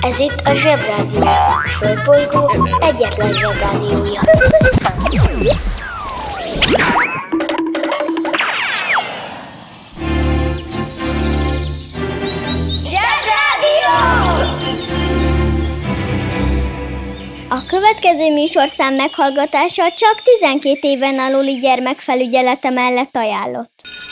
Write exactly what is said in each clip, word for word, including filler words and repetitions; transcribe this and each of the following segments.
Ez itt a Zsebrádió, a Földbolygó egyetlen Zsebrádiója. Zsebrádió! A következő műsorszám meghallgatása csak tizenkét éven aluli gyermekfelügyelete mellett ajánlott.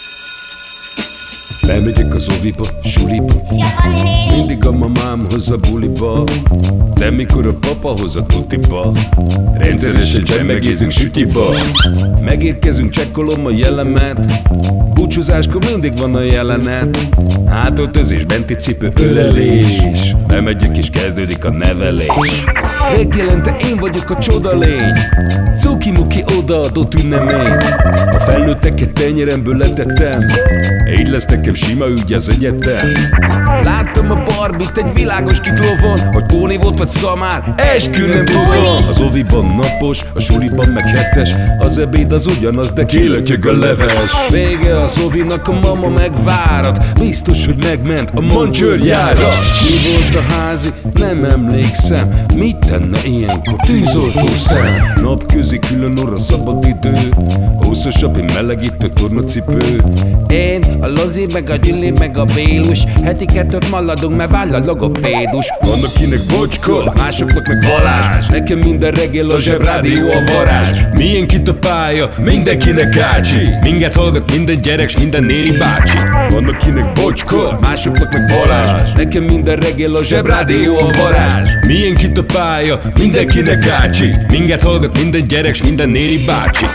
Bemegyek az oviba, suliba, mindig a mamám hoz a buliba, de mikor a papa hoz a tutiba, rendszeresen csemmegézünk sütiba. Megérkezünk, csekkolom a jellemet, búcsúzáskor mindig van a jelenet. Hátöltözés, benti cipő, ölelés, bemegyek és kezdődik a nevelés. Megjelente én vagyok a csoda lény, cuki-muki odaadott ünnemény. A felnőtteket tenyeremből letettem, így lesz nekem sima ügy az egyetem. Láttam a Barbit egy világos kiklovon, hogy Póni volt vagy szamár, eskü nem tudom. Az oviban napos, a suliban meg hetes, az ebéd az ugyanaz, de kilötyög a leves. Vége az ovinak, a mama megvárat, biztos, hogy megment a mancsőrjára. Mi volt a házi? Nem emlékszem, mit tenne ilyenkor tűzoltó szem? Napközi külön orra szabad idő, húszosabb, én melegítő tornacipő. Én, a Lozi, meg a Gyüli, meg a Bélus, heti kettőt maladunk, mert váll a logopédus. Van akinek Bocska, másoknak meg Balázs, nekem minden reggel a Zsebrádió a varázs. Miénk itt a pálya, mindenkinek ácsi, minket hallgat minden gyerek, s minden néri bácsi. Van akinek Bocska, másoknak meg Balázs, nekem minden reggel a Zsebrádió a varázs. Miénk itt a pálya, mindenkinek ácsi, minket hallgat minden gyerek, s minden néri bácsi.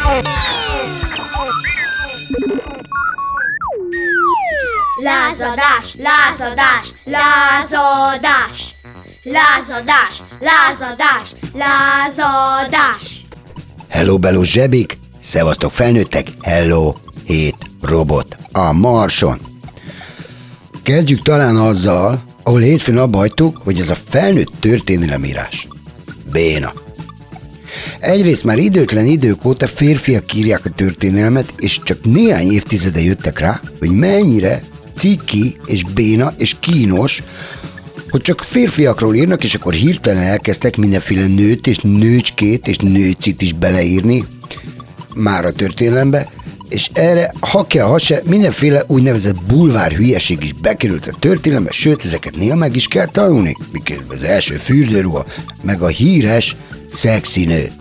Lázadás, lázadás, lázadás, lázadás, lázadás, lázadás. Hello, bello, zsebik! Szevasztok felnőttek! Hello, hét robot a Marson! Kezdjük talán azzal, ahol hétfőn abba hagytuk, hogy ez a felnőtt történelemírás. Béna. Egyrészt már időtlen idők óta férfiak írják a történelmet, és csak néhány évtizede jöttek rá, hogy mennyire ciki és béna és kínos, hogy csak férfiakról írnak, és akkor hirtelen elkezdtek mindenféle nőt és nőcskét és nőcit is beleírni már a történelembe, és erre, ha kell, ha se, mindenféle úgynevezett bulvár hülyeség is bekerült a történelembe, sőt, ezeket néha meg is kell tanulni, miközben az első fürdőruha, meg a híres szexi nő.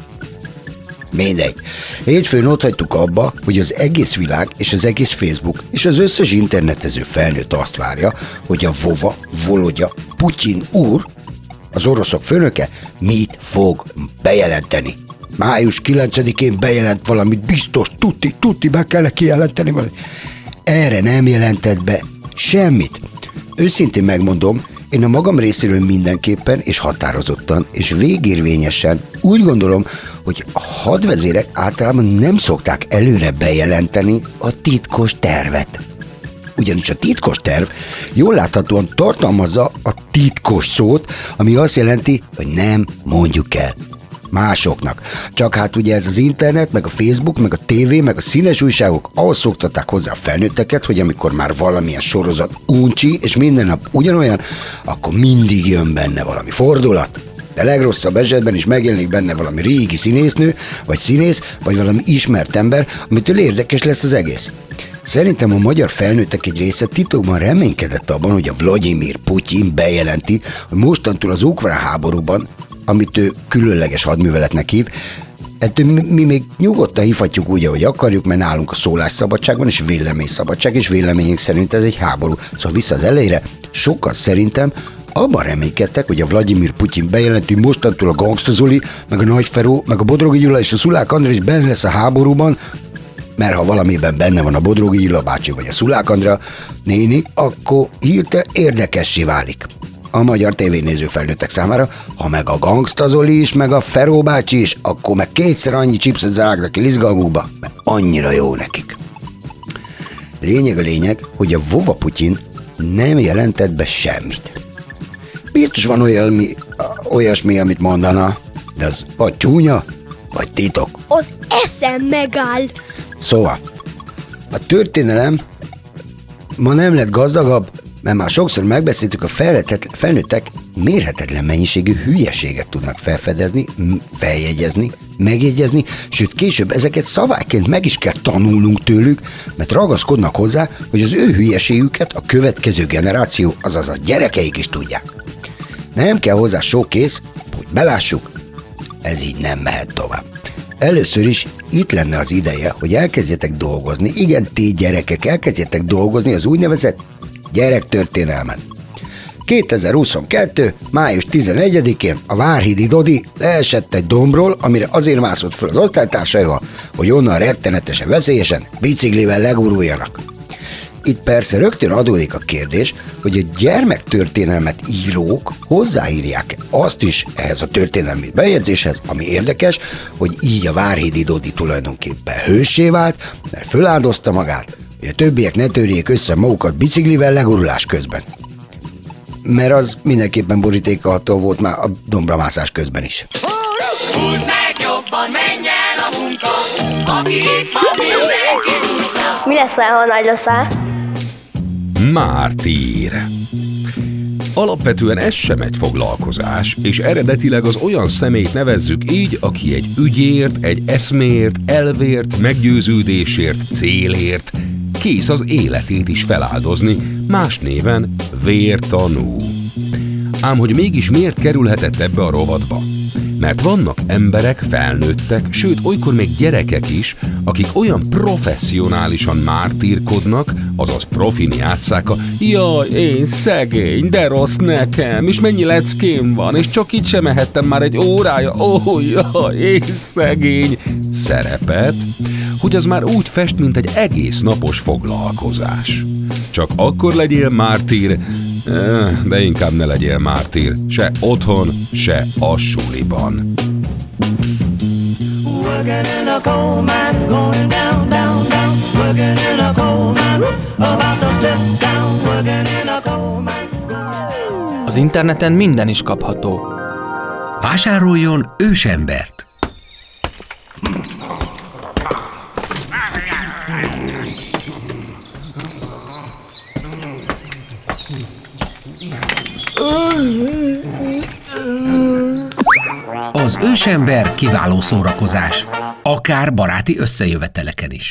Mindegy. Hétfőn ott hagytuk abba, hogy az egész világ és az egész Facebook és az összes internetező felnőtt azt várja, hogy a Vova, Volodya, Putyin úr, az oroszok főnöke mit fog bejelenteni. május kilencedikén bejelent valamit, biztos, tuti, tuti, be kell kijelenteni valamit. Erre nem jelentett be semmit. Őszintén megmondom, én a magam részéről mindenképpen és határozottan és végérvényesen úgy gondolom, hogy a hadvezérek általában nem szokták előre bejelenteni a titkos tervet. Ugyanis a titkos terv jól láthatóan tartalmazza a titkos szót, ami azt jelenti, hogy nem mondjuk el másoknak. Csak hát ugye ez az internet, meg a Facebook, meg a tévé, meg a színes újságok ahhoz szoktatták hozzá a felnőtteket, hogy amikor már valamilyen sorozat uncsi, és minden nap ugyanolyan, akkor mindig jön benne valami fordulat. De legrosszabb esetben is megjelenik benne valami régi színésznő, vagy színész, vagy valami ismert ember, amitől érdekes lesz az egész. Szerintem a magyar felnőttek egy része titokban reménykedett abban, hogy a Vladimir Putyin bejelenti, hogy mostantól az ukrán háborúban, amit ő különleges hadműveletnek hív, ettől mi, mi még nyugodtan hívhatjuk úgy, ahogy akarjuk, mert nálunk a szólásszabadság van, és véleményszabadság, és véleményünk szerint ez egy háború. Szóval vissza az elejére, sokan szerintem abban reménykedtek, hogy a Vladimir Putyin bejelenti, hogy mostantól a Gangsta Zoli, meg a Nagy Feró, meg a Bodrogi Gyula és a Szulák András is benne lesz a háborúban, mert ha valamiben benne van a Bodrogi Gyula bácsi vagy a Szulák Andrá néni, akkor hirtelen érdekessé válik a magyar tévénéző felnőttek számára. Ha meg a Gangsta Zoli is, meg a Feró bácsi is, akkor meg kétszer annyi chipset zágnak ki izgalmukba, mert annyira jó nekik. Lényeg a lényeg, hogy a Vova Putyin nem jelentett be semmit. Biztos van olyasmi, olyasmi, amit mondana, de az vagy csúnya, vagy titok. Az eszem megáll. Szóval, a történelem ma nem lett gazdagabb, mert már sokszor megbeszéltük, a felnőttek mérhetetlen mennyiségű hülyeséget tudnak felfedezni, feljegyezni, megjegyezni, sőt később ezeket szabályként meg is kell tanulnunk tőlük, mert ragaszkodnak hozzá, hogy az ő hülyeségüket a következő generáció, azaz a gyerekeik is tudják. Nem kell hozzá sok kész, hogy belássuk, ez így nem mehet tovább. Először is itt lenne az ideje, hogy elkezdjetek dolgozni, igen, ti gyerekek, elkezdjetek dolgozni az úgynevezett gyerektörténelmen. kétezer-huszonkettő. május tizenegyedikén a Várhidi Dodi leesett egy dombról, amire azért mászott fel az osztálytársaival, hogy onnan rettenetesen veszélyesen biciklivel leguruljanak. Itt persze rögtön adódik a kérdés, hogy a gyermektörténelmet írók hozzáírják azt is ehhez a történelmi bejegyzéshez, ami érdekes, hogy így a Várhidi Dodi tulajdonképpen hőssé vált, mert föláldozta magát, hogy a többiek ne törjék össze magukat biciklivel legurulás közben. Mert az mindenképpen borítékolható volt már a dombramászás közben is. Húzd meg jobban, menj el a munka, aki itt van, mindenki húzza. Mi leszel, ha nagy leszel? Mártír. Alapvetően ez sem egy foglalkozás, és eredetileg az olyan személyt nevezzük így, aki egy ügyért, egy eszmért, elvért, meggyőződésért, célért kész az életét is feláldozni, más néven vértanú. Ám hogy mégis miért kerülhetett ebbe a rovatba? Mert vannak emberek, felnőttek, sőt olykor még gyerekek is, akik olyan professzionálisan mártírkodnak, azaz profin játsszák a jaj, én szegény, de rossz nekem, és mennyi leckém van, és csak itt sem mehettem már egy órája, ó, jaj, én szegény szerepet, hogy az már úgy fest, mint egy egész napos foglalkozás. Csak akkor legyél mártír, de inkább ne legyél mártír, se otthon, se a suliban. Az interneten minden is kapható. Vásároljon ősembert! Az ősember kiváló szórakozás, akár baráti összejöveteleken is.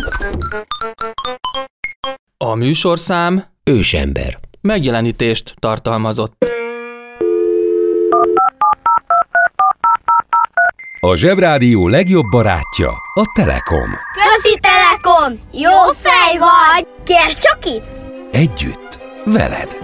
A műsorszám Ősember megjelenítést tartalmazott. A Zsebrádió legjobb barátja a Telekom. Köszi, Telekom! Jó fej vagy! Kérd csak itt! Együtt, veled.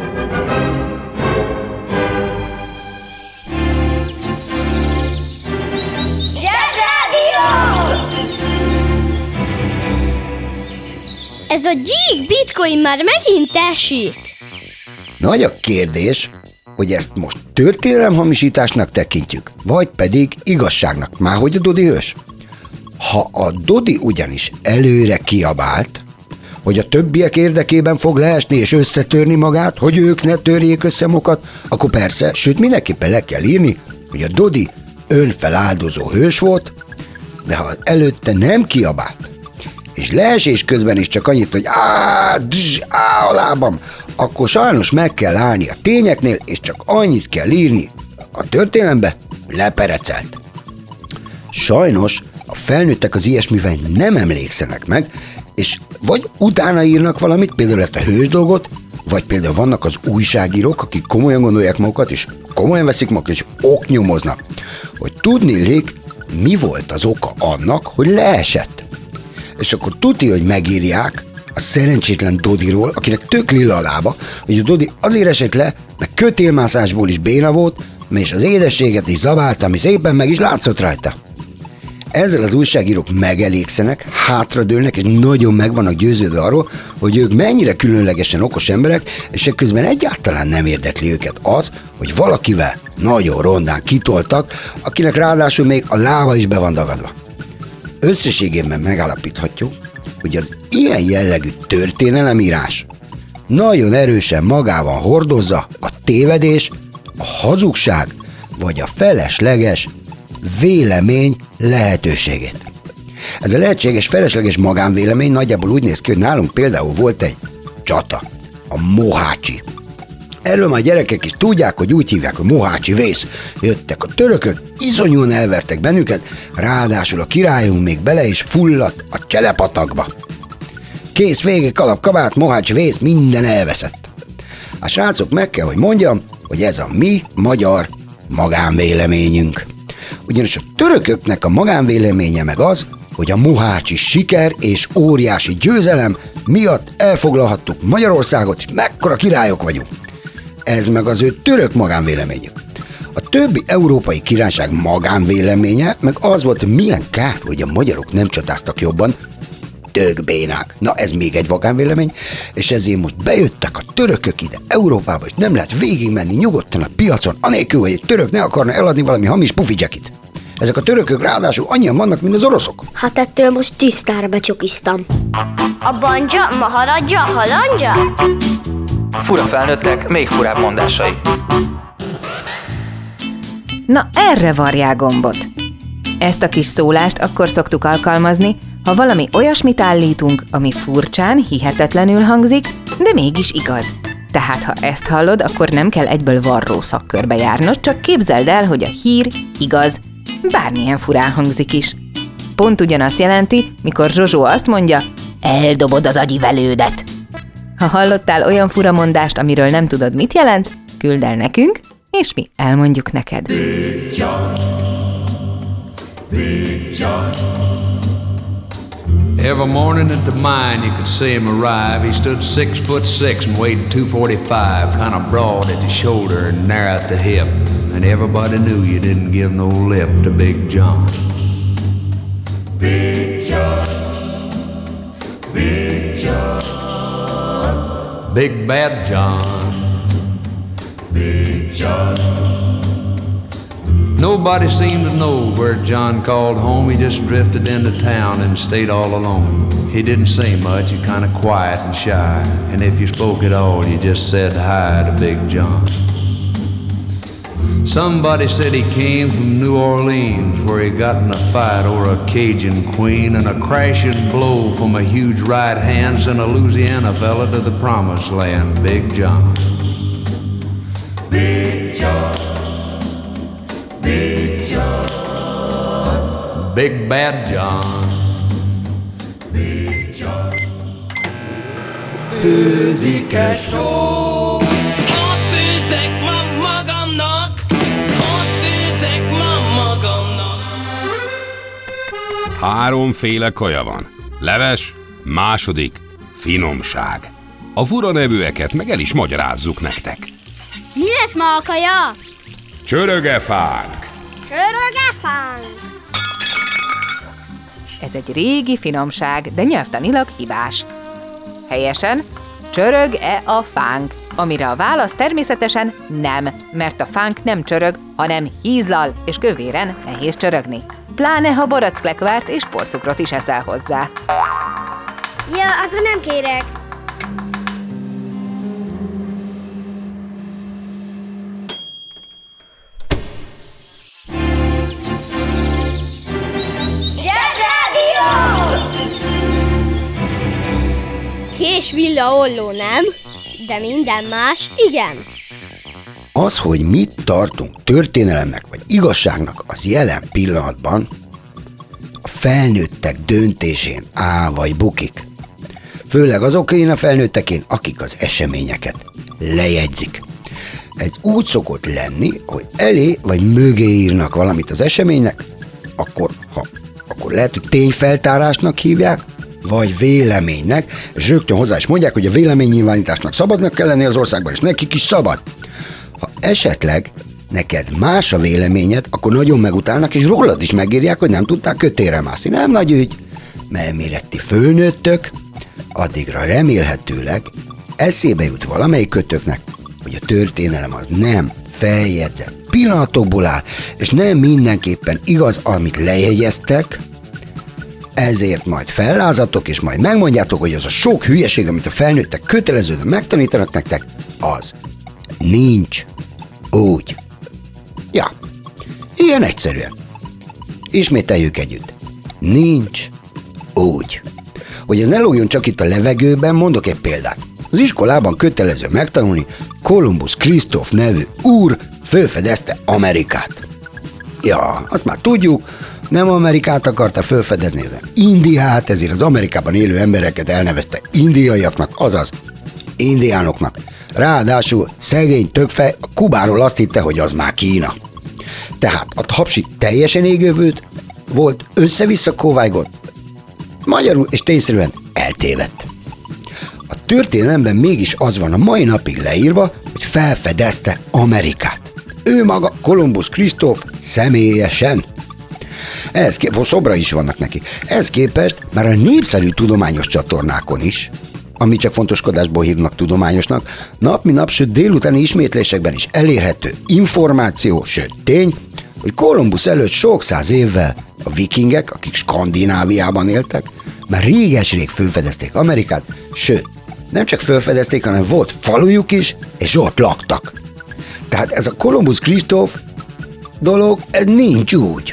Ez a gyík bitcoin már megint esik. Nagy a kérdés, hogy ezt most történelemhamisításnak tekintjük, vagy pedig igazságnak, márhogy a Dodi hős. Ha a Dodi ugyanis előre kiabált, hogy a többiek érdekében fog leesni és összetörni magát, hogy ők ne törjék össze magukat, akkor persze, sőt mindenképpen le kell írni, hogy a Dodi önfeláldozó hős volt, de ha előtte nem kiabált, és leesés közben is csak annyit, hogy áh, dzs, áh a lábam, akkor sajnos meg kell állni a tényeknél, és csak annyit kell írni a történelembe, hogy leperecelt. Sajnos a felnőttek az ilyesmivel nem emlékszenek meg, és vagy utána írnak valamit, például ezt a hős dolgot, vagy például vannak az újságírók, akik komolyan gondolják magukat, és komolyan veszik magukat, és oknyomoznak, hogy tudniillik, mi volt az oka annak, hogy leesett. És akkor tuti, hogy megírják a szerencsétlen Dodiról, akinek tök lila a lába, hogy a Dodi azért esett le, mert kötélmászásból is béna volt, és az édességet is zabálta, ami szépen meg is látszott rajta. Ezzel az újságírók megelégszenek, hátradőlnek, és nagyon meg vannak győződve arról, hogy ők mennyire különlegesen okos emberek, és ekközben egyáltalán nem érdekli őket az, hogy valakivel nagyon rondán kitoltak, akinek ráadásul még a lába is be van dagadva. Összességében megállapíthatjuk, hogy az ilyen jellegű történelemírás nagyon erősen magában hordozza a tévedés, a hazugság vagy a felesleges vélemény lehetőségét. Ez a lehetséges felesleges magánvélemény nagyjából úgy néz ki, hogy nálunk például volt egy csata. a mohácsi. Erről már gyerekek is tudják, hogy úgy hívják, hogy mohácsi vész. Jöttek a törökök, iszonyúan elvertek bennünket, ráadásul a királyunk még bele is fulladt a Cselepatakba. Kész, vége, kalap, kabát, mohácsi vész, minden elveszett. A srácok, meg kell, hogy mondjam, hogy ez a mi magyar magánvéleményünk. Ugyanis a törököknek a magánvéleménye meg az, hogy a mohácsi siker és óriási győzelem miatt elfoglalhattuk Magyarországot, és mekkora királyok vagyunk. Ez meg az ő török magánvéleményük. A többi európai királyság magánvéleménye meg az volt, milyen kár, hogy a magyarok nem csatáztak jobban, tök bénák. Na ez még egy magánvélemény, és ezért most bejöttek a törökök ide Európába, és nem lehet végigmenni nyugodtan a piacon, anélkül, hogy egy török ne akarna eladni valami hamis pufi jackit. Ezek a törökök ráadásul annyian vannak, mint az oroszok. Hát ettől most tisztára becsokiztam. A banja, maharadja, halandja? Fura felnőttek, még furább mondásai. Na erre varják gombot. Ezt a kis szólást akkor szoktuk alkalmazni, ha valami olyasmit állítunk, ami furcsán, hihetetlenül hangzik, de mégis igaz. Tehát ha ezt hallod, akkor nem kell egyből varró szakkörbe járnod, csak képzeld el, hogy a hír igaz, bármilyen furán hangzik is. Pont ugyanazt jelenti, mikor Zsozsó azt mondja, eldobod az agyivelődet. Ha hallottál olyan furamondást, amiről nem tudod, mit jelent, küldd el nekünk, és mi elmondjuk neked. Big John, Big John. Every morning at the mine you could see him arrive. He stood six foot six and weighed two forty-five, kind of broad at the shoulder and narrow at the hip. And everybody knew you didn't give no lip to Big John. Big John, Big John, Big Bad John, Big John. Nobody seemed to know where John called home. He just drifted into town and stayed all alone. He didn't say much, he kind of quiet and shy. And if you spoke at all, you just said hi to Big John. Somebody said he came from New Orleans, where he got in a fight over a Cajun queen, and a crashing blow from a huge right hand sent a Louisiana fella to the promised land. Big John, Big John, Big John, Big Bad John, Big John. Főzike só. Ott főzek ma magamnak, ott főzek ma magamnak. Háromféle kaja van. Leves, második, finomság. A fura nevűeket meg el is magyarázzuk nektek. Mi lesz ma a kaja? Csörögefánk. Csörögefánk. Ez egy régi finomság, de nyelvtanilag hibás. Helyesen, csörög-e a fánk? Amire a válasz természetesen nem, mert a fánk nem csörög, hanem hízlal, és kövéren nehéz csörögni. Pláne, ha borockleckvárt és porcukrot is eszel hozzá. Ja, akkor nem kérek. Kés, villa, olló nem, de minden más igen. Az, hogy mit tartunk történelemnek vagy igazságnak az jelen pillanatban, a felnőttek döntésén áll vagy bukik. Főleg azokén a felnőttekén, akik az eseményeket lejegyzik. Ez úgy szokott lenni, hogy elé vagy mögé írnak valamit az eseménynek, akkor, ha, akkor lehet, hogy tényfeltárásnak hívják, vagy véleménynek, és rögtön hozzá is mondják, hogy a véleménynyilvánításnak szabadnak kell lenni az országban, és nekik is szabad. Ha esetleg neked más a véleményed, akkor nagyon megutálnak, és rólad is megírják, hogy nem tudták kötélre mászni. Nem nagy ügy, mert mire ti fölnőttök, addigra remélhetőleg eszébe jut valamelyik kötöknek, hogy a történelem az nem feljegyzett pillanatokból áll, és nem mindenképpen igaz, amit lejegyeztek, ezért majd fellázatok, és majd megmondjátok, hogy az a sok hülyeség, amit a felnőttek kötelezően megtanítanak nektek, az nincs úgy. Ja, ilyen egyszerűen. Ismételjük együtt. Nincs úgy. Hogy ez ne lógjon csak itt a levegőben, mondok egy példát. Az iskolában kötelező megtanulni, Kolumbusz Krisztóf nevű úr felfedezte Amerikát. Ja, azt már tudjuk, nem Amerikát akarta felfedezni, de Indiát, ezért az Amerikában élő embereket elnevezte indiaiaknak, azaz indiánoknak. Ráadásul szegény tökfej a Kubáról azt hitte, hogy az már Kína. Tehát a hapsi teljesen égővőt volt, össze-vissza kóvájgott, magyarul és tényszerűen eltévedt. A történelemben mégis az van a mai napig leírva, hogy felfedezte Amerikát. Ő maga, Kolumbusz Krisztóf személyesen. Ehhez kép- szobra is vannak neki. Ehhez képest már a népszerű tudományos csatornákon is, ami csak fontoskodásból hívnak tudományosnak, nap mint nap, sőt délutáni ismétlésekben is elérhető információ, sőt tény, hogy Kolumbusz előtt sok száz évvel a vikingek, akik Skandináviában éltek, már réges-rég felfedezték Amerikát, sőt, nem csak felfedezték, hanem volt falujuk is, és ott laktak. Tehát ez a Kolumbusz Krisztóf dolog, ez nincs úgy.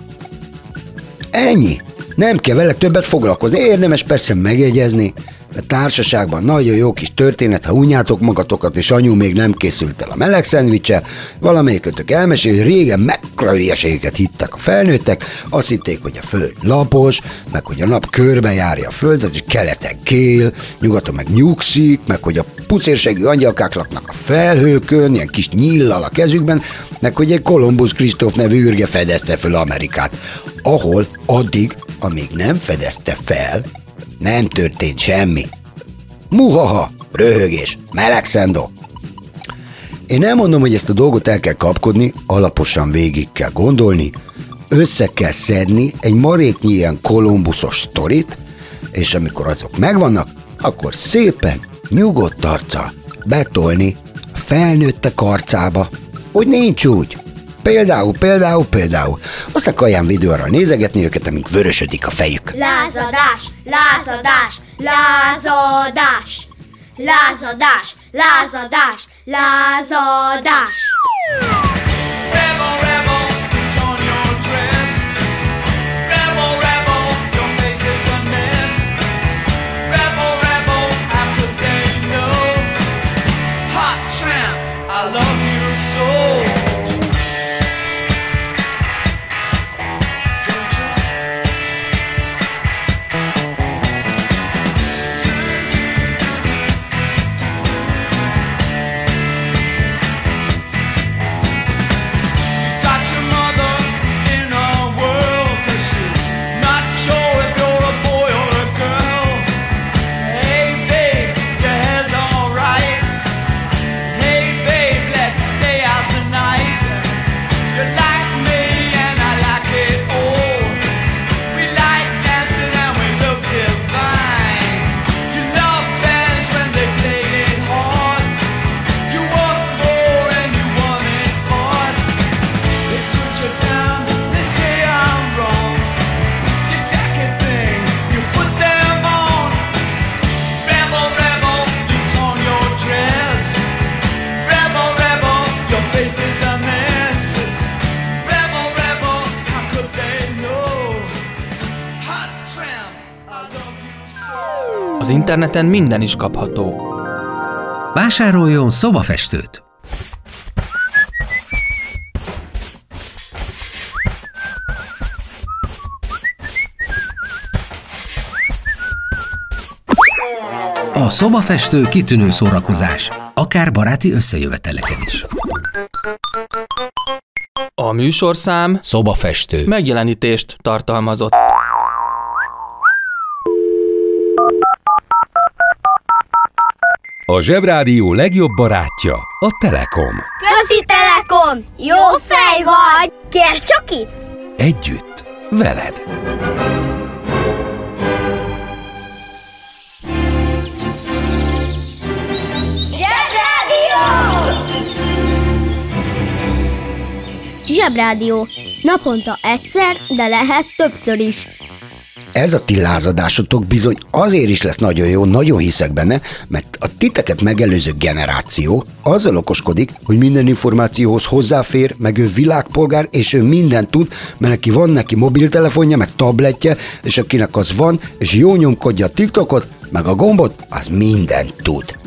Ennyi. Nem kell vele többet foglalkozni. Érdemes persze megjegyezni, a társaságban nagyon jó kis történet, ha unjátok magatokat, és anyu még nem készült el a meleg szendvicsel, valamelyikötök elmesél, hogy régen mekkora hülyeségeket hittek a felnőttek, azt hitték, hogy a föld lapos, meg hogy a nap körbejárja a földet, és keleten kél, nyugaton meg nyugszik, meg hogy a pucérségű angyalkák laknak a felhőkön, ilyen kis nyíllal a kezükben, meg hogy egy Kolumbusz Krisztóf nevű űrge fedezte föl Amerikát, ahol addig, amíg nem fedezte fel, nem történt semmi. Muhaha, röhögés, melegszendó. Én nem mondom, hogy ezt a dolgot el kell kapkodni, alaposan végig kell gondolni, össze kell szedni egy maréknyi ilyen kolumbuszos sztorit, és amikor azok megvannak, akkor szépen, nyugodt arccal betolni a felnőttek arcába, hogy nincs úgy. Például, például, például. Aztán kaján videóra nézegetni őket, amink vörösödik a fejük. Lázadás, lázadás, lázadás, lázadás, lázadás, lázadás. Rebel, rebel, put on your dress. Rebel, rebel, your face is a mess. Rebel, rebel, how could they know? Hot tramp, I love you so. Az interneten minden is kapható. Vásároljon szobafestőt! A szobafestő kitűnő szórakozás, akár baráti összejöveteleken is. A műsorszám Szobafestő megjelenítést tartalmazott. A Zsebrádió legjobb barátja a Telekom. Közi Telekom! Jó fej vagy! Kérd csak itt! Együtt, veled. Zsebrádió! Zsebrádió. Naponta egyszer, de lehet többször is. ez a ti lázadásotok bizony azért is lesz nagyon jó, nagyon hiszek benne, mert a titeket megelőző generáció azzal okoskodik, hogy minden információhoz hozzáfér, meg ő világpolgár, és ő mindent tud, mert neki van neki mobiltelefonja, meg tabletje, és akinek az van, és jó nyomkodja a TikTokot, meg a gombot, az mindent tud.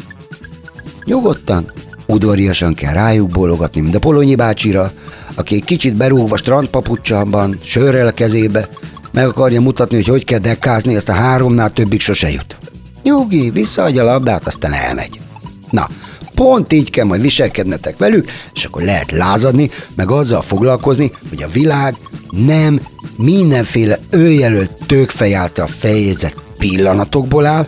Nyugodtan, udvariasan kell rájuk bólogatni, mint a Polonyi bácsira, aki egy kicsit berúgva strandpapucsában, sörrel a kezébe, meg akarja mutatni, hogy hogy kell dekázni, ezt a háromnál többig sose jut. Nyugi, visszaadja a labdát, aztán elmegy. Na, pont így kell majd viselkednetek velük, és akkor lehet lázadni, meg azzal foglalkozni, hogy a világ nem mindenféle önjelölt tőkfej által feljegyzett pillanatokból áll,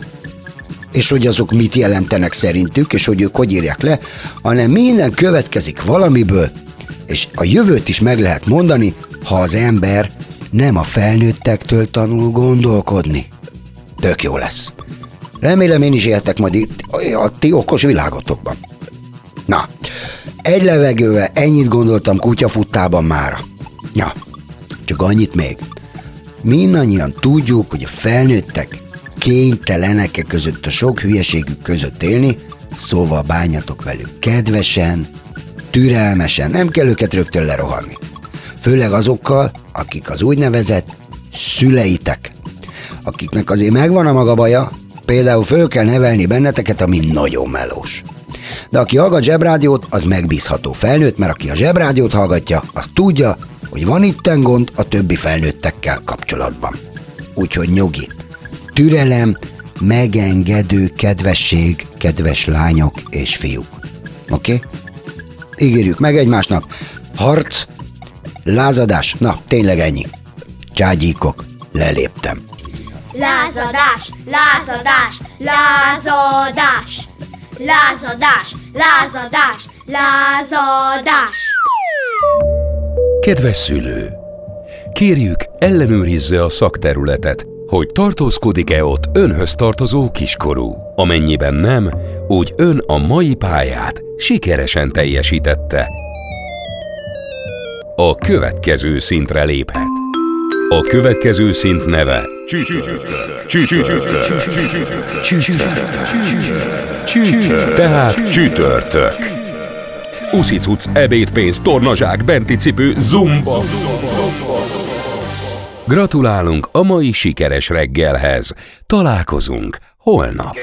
és hogy azok mit jelentenek szerintük, és hogy ők hogy írják le, hanem minden következik valamiből, és a jövőt is meg lehet mondani, ha az ember nem a felnőttektől tanul gondolkodni. Tök jó lesz. Remélem én is éltek majd itt a ti okos világotokban. Na, egy levegővel ennyit gondoltam kutyafuttában mára. Ja, csak annyit még. Mindannyian tudjuk, hogy a felnőttek kénytelenek között a sok hülyeségük között élni, szóval bánjatok velük kedvesen, türelmesen, nem kell őket rögtön lerohanni. Főleg azokkal, akik az úgynevezett szüleitek, akiknek azért megvan a maga baja, például föl kell nevelni benneteket, ami nagyon melós. De aki hallgat Zsebrádiót, az megbízható felnőtt, mert aki a Zsebrádiót hallgatja, az tudja, hogy van itten gond a többi felnőttekkel kapcsolatban. Úgyhogy nyugi, türelem, megengedő kedvesség, kedves lányok és fiúk. Oké? Okay? Ígérjük meg egymásnak, harc, lázadás, na tényleg ennyi. Cságyíkok, leléptem. Lázadás, lázadás, lázadás, lázadás, lázadás, lázadás. Kedves szülő! Kérjük, ellenőrizze a szakterületet, hogy tartózkodik-e ott önhöz tartozó kiskorú. Amennyiben nem, úgy ön a mai pályát sikeresen teljesítette. A következő szintre léphet. A következő szint neve tehát csütörtök. Uszicuc, ebédpénz, tornazsák, benti cipő, zumba. Gratulálunk a mai sikeres reggelhez. Találkozunk holnap.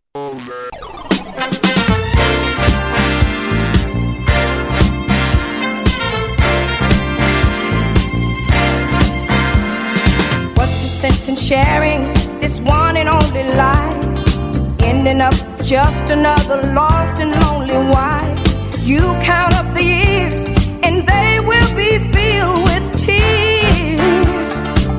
What's the sense in sharing this one and only life? Ending up just another lost and lonely wife. You count up the years and they will be filled with tears.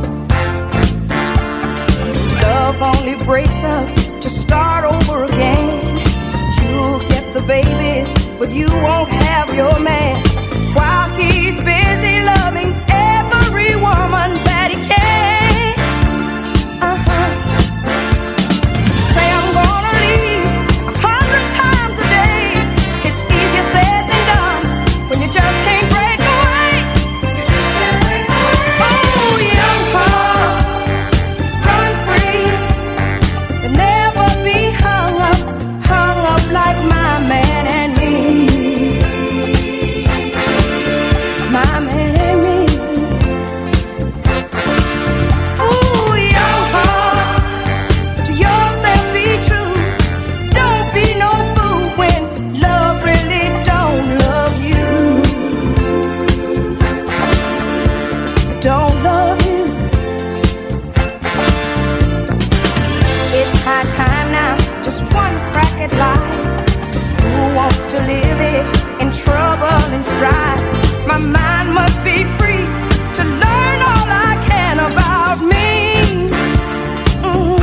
Love only breaks up to start over again. You'll get the babies, but you won't have your man. While he's busy loving every woman that he can. Uh-huh. Say I'm gonna leave a hundred times a day. It's easier said than done when you just can't break away. Oh, young hearts, run free and never be hung up, hung up like my man and me. My man and me. Ooh, young hearts, to yourself be true. Don't be no fool when love really don't love you. Don't love you. It's high time now, just one crack at life. Who wants to live it in trouble and strife? My mind must be free to learn all I can about me. Mhm.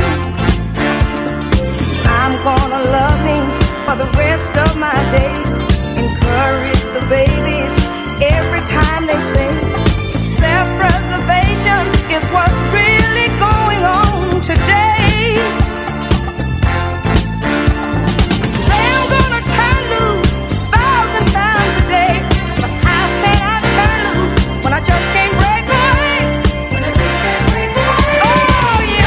I'm gonna love me for the rest of my days. Encourage the babies every time they say self-preservation is what's really going on today. Say I'm gonna turn loose thousand times a day, but how can I turn loose when I just can't break away? When I just can't break away. Oh,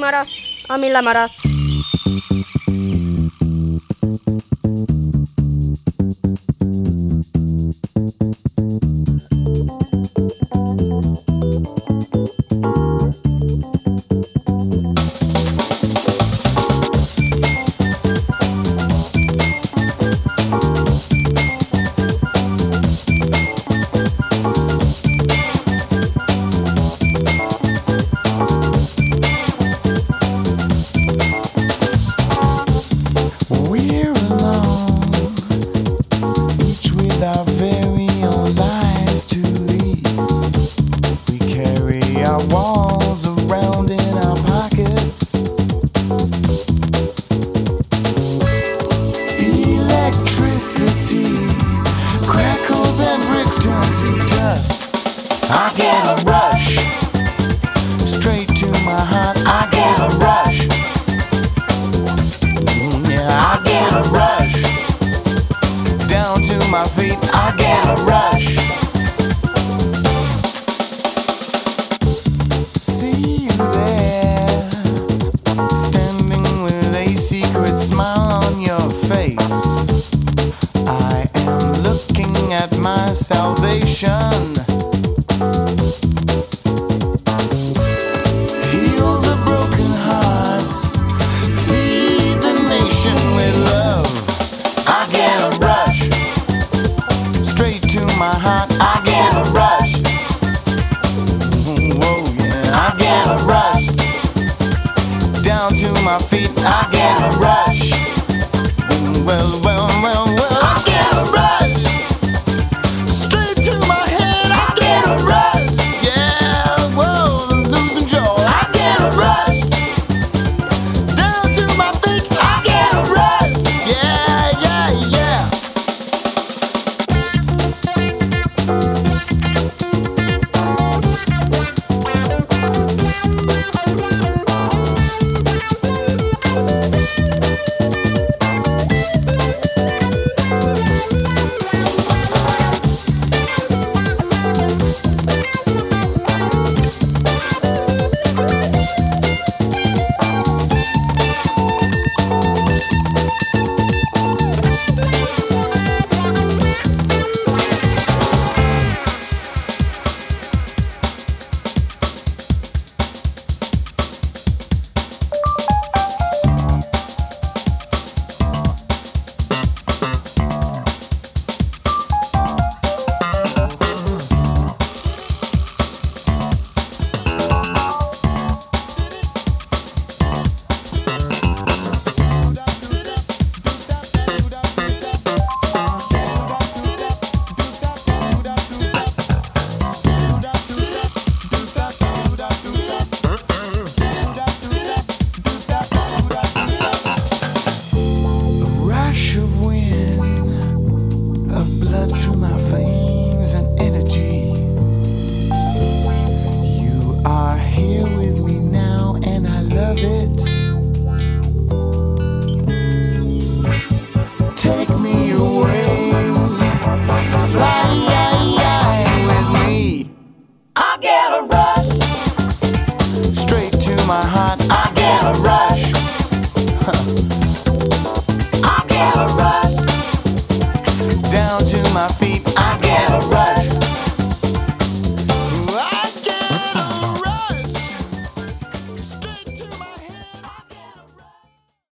megmaradt, ami lemaradt. Well, well.